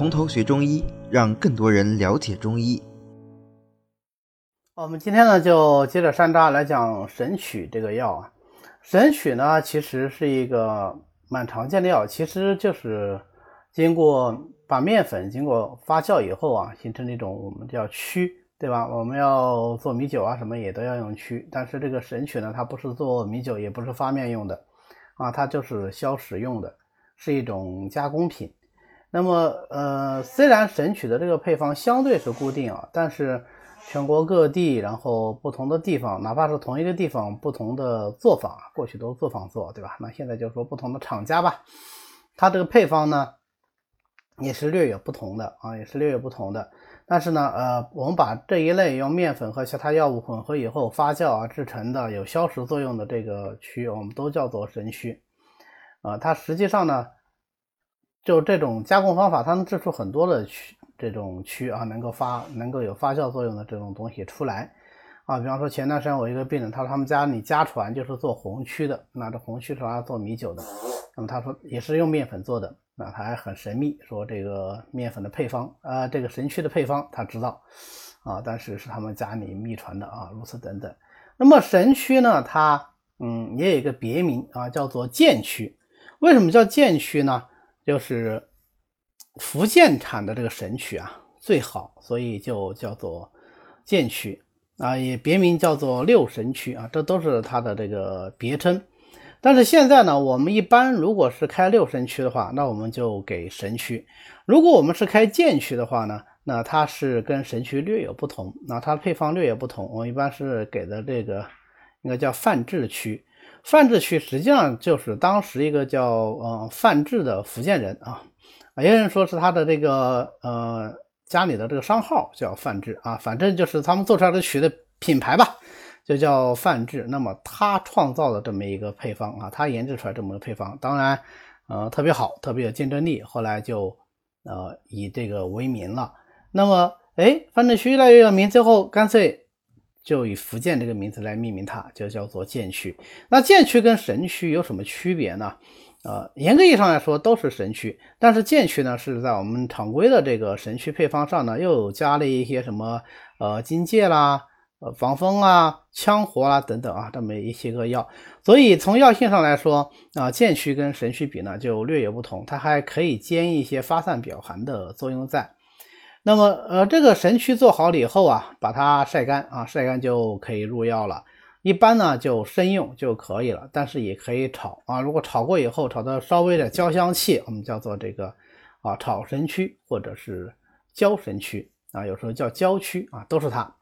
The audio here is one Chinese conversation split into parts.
从头学中医，让更多人了解中医。 我们今天呢就接着山楂来讲神曲这个药啊。神曲呢其实是一个蛮常见的药，其实就是经过把面粉经过发酵以后啊，形成那种我们叫曲，对吧？我们要做米酒啊什么也都要用曲，但是这个神曲呢它不是做米酒，也不是发面用的啊，它就是消食用的，是一种加工品。那么虽然神曲的这个配方相对是固定啊，但是全国各地然后不同的地方，哪怕是同一个地方不同的做法，过去都作坊做，对吧？那现在就说不同的厂家吧，它这个配方呢也是略有不同的啊，也是略有不同的。但是呢我们把这一类用面粉和其他药物混合以后发酵啊制成的有消食作用的这个曲，我们都叫做神曲它实际上呢就这种加工方法，它能制出很多的这种曲啊，能够有发酵作用的这种东西出来啊。比方说前段时间我一个病人，他说他们家里家传就是做红曲的，那这红曲是他做米酒的，那么他说也是用面粉做的，那他还很神秘，说这个面粉的配方这个神曲的配方他知道啊，但是是他们家里秘传的啊，如此等等。那么神曲呢，它也有一个别名啊，叫做健曲。为什么叫健曲呢？就是福建产的这个神曲啊最好，所以就叫做健曲啊，也别名叫做六神曲啊，这都是它的这个别称。但是现在呢，我们一般如果是开六神曲的话，那我们就给神曲；如果我们是开健曲的话呢，那它是跟神曲略有不同，那它的配方略有不同。我们一般是给的这个应该叫范志曲。范志曲实际上就是当时一个叫范志的福建人啊，也有人说是他的这个家里的这个商号叫范志啊，反正就是他们做出来的曲的品牌吧，就叫范志。那么他创造的这么一个配方啊，他研制出来这么一个配方，当然特别好，特别有竞争力，后来就以这个为名了。那么范志曲越来越有名之后，干脆就以福建这个名字来命名它，就叫做健曲。那健曲跟神曲有什么区别呢？严格意义上来说都是神曲，但是健曲呢是在我们常规的这个神曲配方上呢，又加了一些什么荆芥啦、防风啊、羌活啦等等啊，这么一些个药。所以从药性上来说健曲跟神曲比呢就略有不同，它还可以兼一些发散表寒的作用在。那么这个神曲做好了以后啊，把它晒干啊，晒干就可以入药了。一般呢就生用就可以了，但是也可以炒啊。如果炒过以后，炒到稍微的焦香气，我们叫做这个炒神曲或者是焦神曲啊，有时候叫焦曲啊，都是它。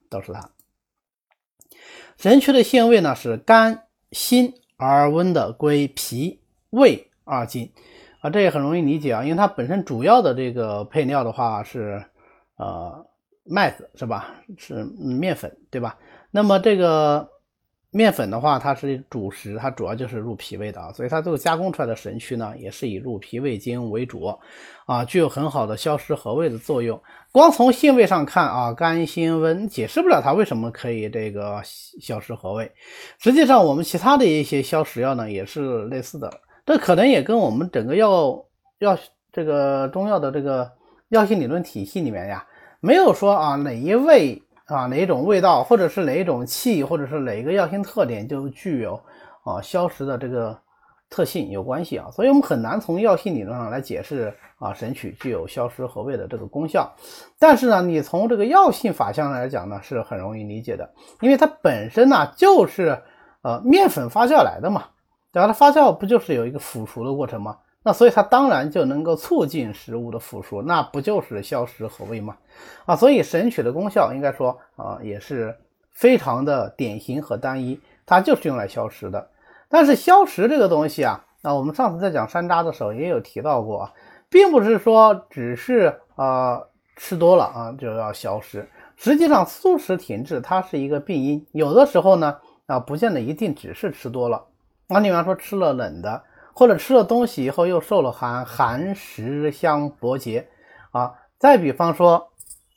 神曲的性味呢是甘辛而温的，归脾胃二经啊，这也很容易理解啊，因为它本身主要的这个配料的话是麦子是吧？是面粉对吧？那么这个面粉的话，它是主食，它主要就是入脾胃的啊，所以它这个加工出来的神曲呢，也是以入脾胃经为主啊，具有很好的消食和胃的作用。光从性味上看啊，甘辛温解释不了它为什么可以这个消食和胃。实际上，我们其他的一些消食药呢，也是类似的，这可能也跟我们整个这个中药的这个药性理论体系里面呀，没有说哪一味哪一种味道，或者是哪一种气，或者是哪一个药性特点就具有消食的这个特性有关系啊，所以我们很难从药性理论上来解释神曲具有消食和胃的这个功效。但是呢，你从这个药性法相来讲呢，是很容易理解的，因为它本身呢就是面粉发酵来的嘛，对吧？它发酵不就是有一个腐熟的过程吗？那所以它当然就能够促进食物的腐熟，那不就是消食和胃吗？所以神曲的功效应该说也是非常的典型和单一，它就是用来消食的。但是消食这个东西我们上次在讲山楂的时候也有提到过并不是说只是吃多了就要消食，实际上素食停滞它是一个病因，有的时候呢不见得一定只是吃多了你比方说吃了冷的，或者吃了东西以后又受了寒，寒食相搏结再比方说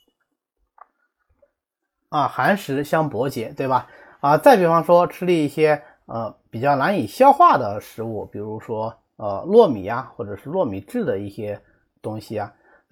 寒食相搏结，对吧再比方说吃了一些比较难以消化的食物，比如说糯米或者是糯米制的一些东西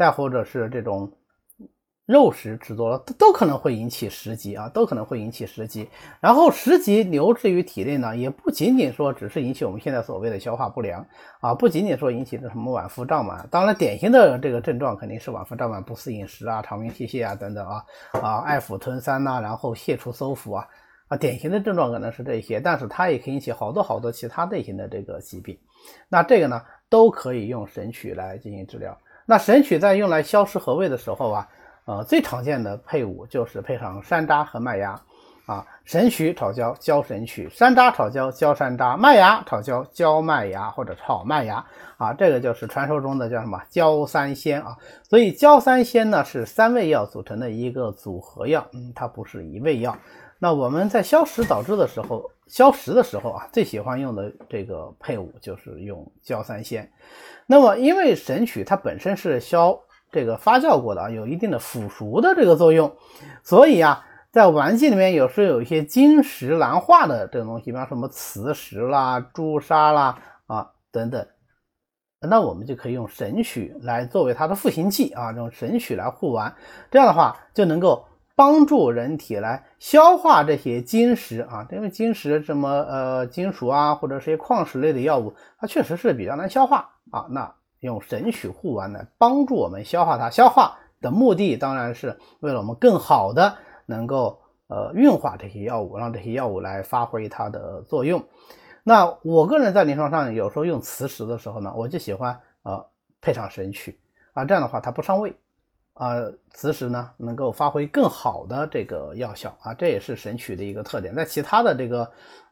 再或者是这种肉食吃多了，都可能会引起食积啊，都可能会引起食积。然后食积留置于体内呢，也不仅仅说只是引起我们现在所谓的消化不良啊，不仅仅说引起什么脘腹胀满，当然典型的这个症状肯定是脘腹胀满、不思饮食啊、肠鸣涕泻啊等等爱腹吞三呐，然后泻出搜腹典型的症状可能是这些，但是它也可以引起好多其他类型的这个疾病。那这个呢，都可以用神曲来进行治疗。那神曲在用来消食和胃的时候最常见的配伍就是配上山楂和麦芽神曲炒椒椒神曲，山楂炒椒椒山楂，麦芽炒椒椒麦芽或者炒麦芽这个就是传说中的叫什么椒三鲜所以椒三鲜呢是3味药组成的一个组合药，它不是一味药。那我们在消食的时候最喜欢用的这个配伍就是用椒三鲜。那么因为神曲它本身是这个发酵过的有一定的腐熟的这个作用，所以在丸剂里面有时候有一些金石兰化的这种东西，比方什么磁石啦、朱砂啦等等，那我们就可以用神曲来作为它的赋形剂用神曲来护丸，这样的话就能够帮助人体来消化这些金石因为金石什么金属或者是一些矿石类的药物，它确实是比较难消化那用神曲护丸来帮助我们消化它。消化的目的当然是为了我们更好的能够运化这些药物，让这些药物来发挥它的作用。那我个人在临床上有时候用磁石的时候呢，我就喜欢配上神曲这样的话它不伤胃磁石呢能够发挥更好的这个药效这也是神曲的一个特点。在其他的这个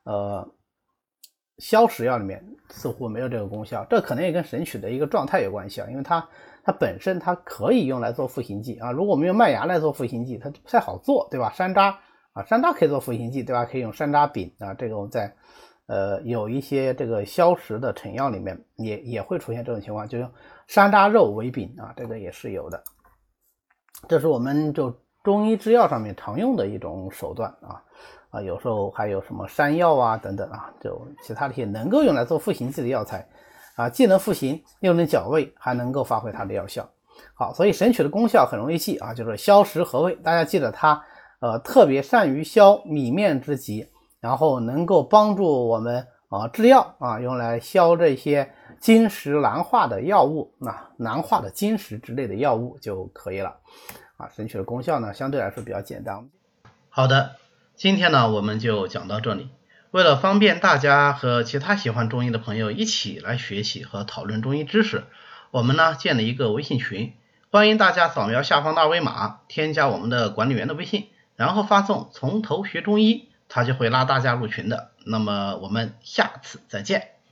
消食药里面似乎没有这个功效，这可能也跟神曲的一个状态有关系因为它本身它可以用来做赋形剂如果我们用麦芽来做赋形剂，它不太好做，对吧？山楂山楂可以做赋形剂，对吧？可以用山楂饼这个我们在有一些这个消食的成药里面也会出现这种情况，就用山楂肉为饼这个也是有的。这是我们就中医制药上面常用的一种手段有时候还有什么山药等等就其他的一些能够用来做赋形剂的药材既能赋形又能绞胃，还能够发挥它的药效。好，所以神曲的功效很容易记就是消食和胃，大家记得它特别善于消米面之疾，然后能够帮助我们制药用来消这些金石难化的药物难化的金石之类的药物就可以了神曲的功效呢相对来说比较简单。 好的，今天呢我们就讲到这里。为了方便大家和其他喜欢中医的朋友一起来学习和讨论中医知识，我们呢建了一个微信群，欢迎大家扫描下方的二维码，添加我们的管理员的微信，然后发送从头学中医，他就会拉大家入群的。那么我们下次再见。